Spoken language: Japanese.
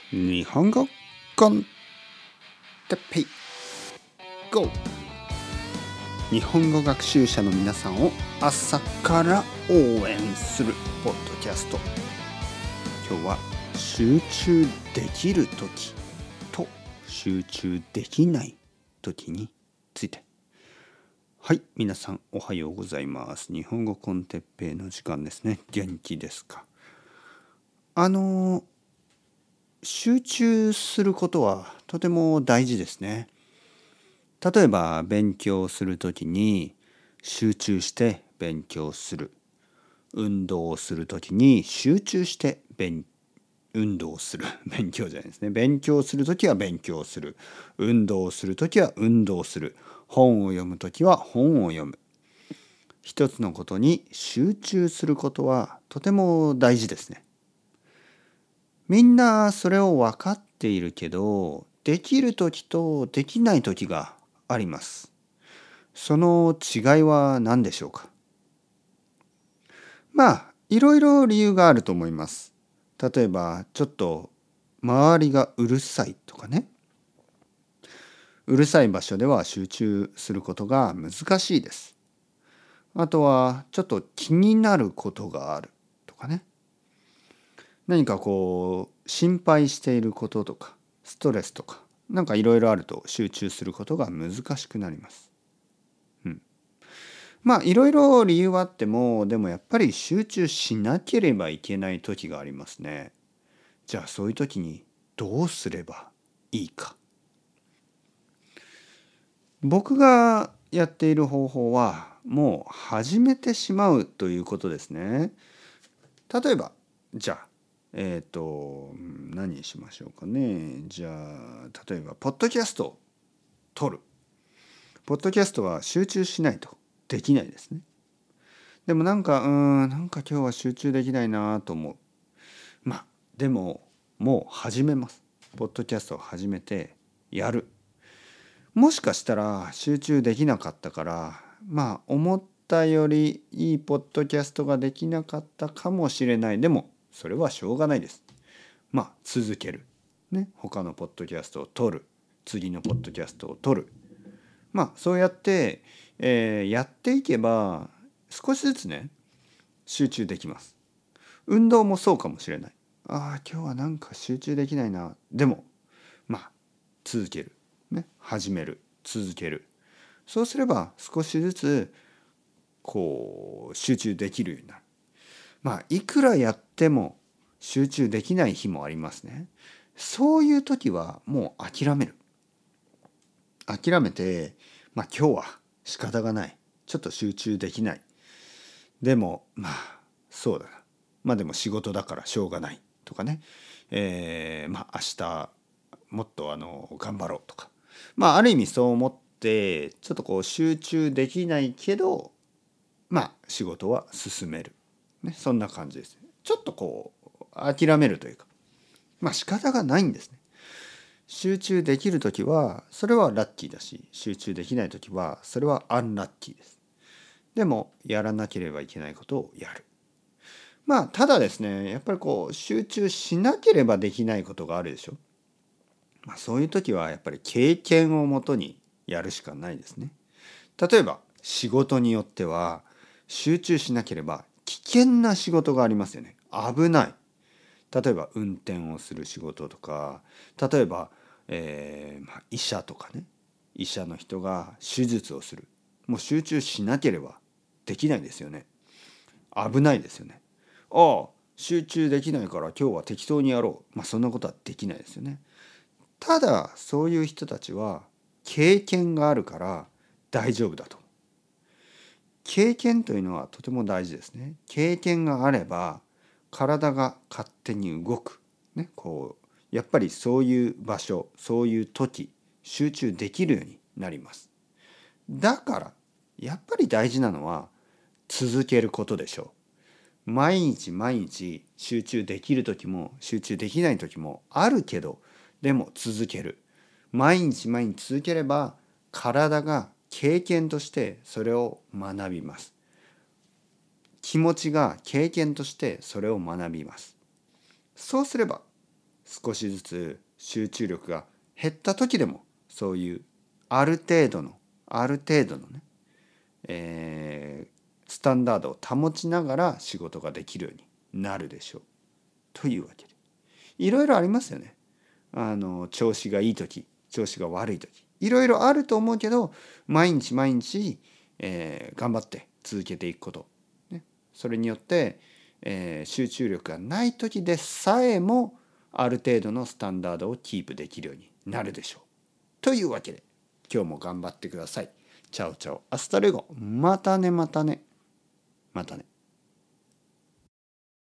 日本語コンテッペイ GO！ 日本語学習者の皆さんを朝から応援するポッドキャスト。今日は集中できるときと集中できないときについて。はい、皆さんおはようございます。日本語コンテッペイの時間ですね。元気ですか？集中することはとても大事ですね。例えば勉強するときに集中して勉強する。運動をするときに集中して運動する。勉強じゃないですね。勉強するときは勉強する。運動するときは運動する。本を読むときは本を読む。一つのことに集中することはとても大事ですね。みんなそれを分かっているけど、できるときとできないときがあります。その違いは何でしょうか？いろいろ理由があると思います。例えば、ちょっと周りがうるさいとかね。うるさい場所では集中することが難しいです。あとは、ちょっと気になることがあるとかね。何か心配していることとかストレスとかいろいろあると集中することが難しくなります。いろいろ理由はあってもでもやっぱり集中しなければいけない時がありますね。じゃあそういう時にどうすればいいか。僕がやっている方法はもう始めてしまうということですね。例えばじゃあ何にしましょうかね。じゃあ例えばポッドキャストを撮る。ポッドキャストは集中しないとできないですね。でもなんか今日は集中できないなと思う。でももう始めます。ポッドキャストを始めてやる。もしかしたら集中できなかったから思ったよりいいポッドキャストができなかったかもしれない。でもそれはしょうがないです。続ける。他のポッドキャストを撮る。次のポッドキャストを撮る。そうやって、やっていけば少しずつね集中できます。運動もそうかもしれない。今日はなんか集中できないな。でも続ける。始める。続ける。そうすれば少しずつ集中できるようになる。いくらやっても集中できない日もありますね。そういう時はもう諦める。諦めて、今日は仕方がない。ちょっと集中できない。でもそうだな。でも仕事だからしょうがないとかね。明日もっと頑張ろうとか。ある意味そう思ってちょっと集中できないけど仕事は進める。そんな感じです。ちょっと諦めるというか仕方がないんですね。集中できるときはそれはラッキーだし、集中できないときはそれはアンラッキーです。でもやらなければいけないことをやる。ただですね、やっぱり集中しなければできないことがあるでしょ。そういう時はやっぱり経験をもとにやるしかないですね。例えば仕事によっては集中しなければ危険な仕事がありますよね。危ない。例えば運転をする仕事とか、例えば、医者とかね。医者の人が手術をする。もう集中しなければできないですよね。危ないですよね。集中できないから今日は適当にやろう。そんなことはできないですよね。ただそういう人たちは経験があるから大丈夫だと。経験というのはとても大事ですね。経験があれば体が勝手に動く。やっぱりそういう場所、そういう時、集中できるようになります。だからやっぱり大事なのは続けることでしょう。毎日毎日集中できる時も集中できない時もあるけど、でも続ける。毎日毎日続ければ体が経験としてそれを学びます。気持ちが経験としてそれを学びます。そうすれば少しずつ集中力が減った時でもそういうある程度のね、スタンダードを保ちながら仕事ができるようになるでしょうというわけで、いろいろありますよね。調子がいい時、調子が悪い時、いろいろあると思うけど、毎日毎日、頑張って続けていくこと、ね、それによって、集中力がない時でさえもある程度のスタンダードをキープできるようになるでしょうというわけで、今日も頑張ってください。チャオチャオアスタレゴ。またねまたねまたね。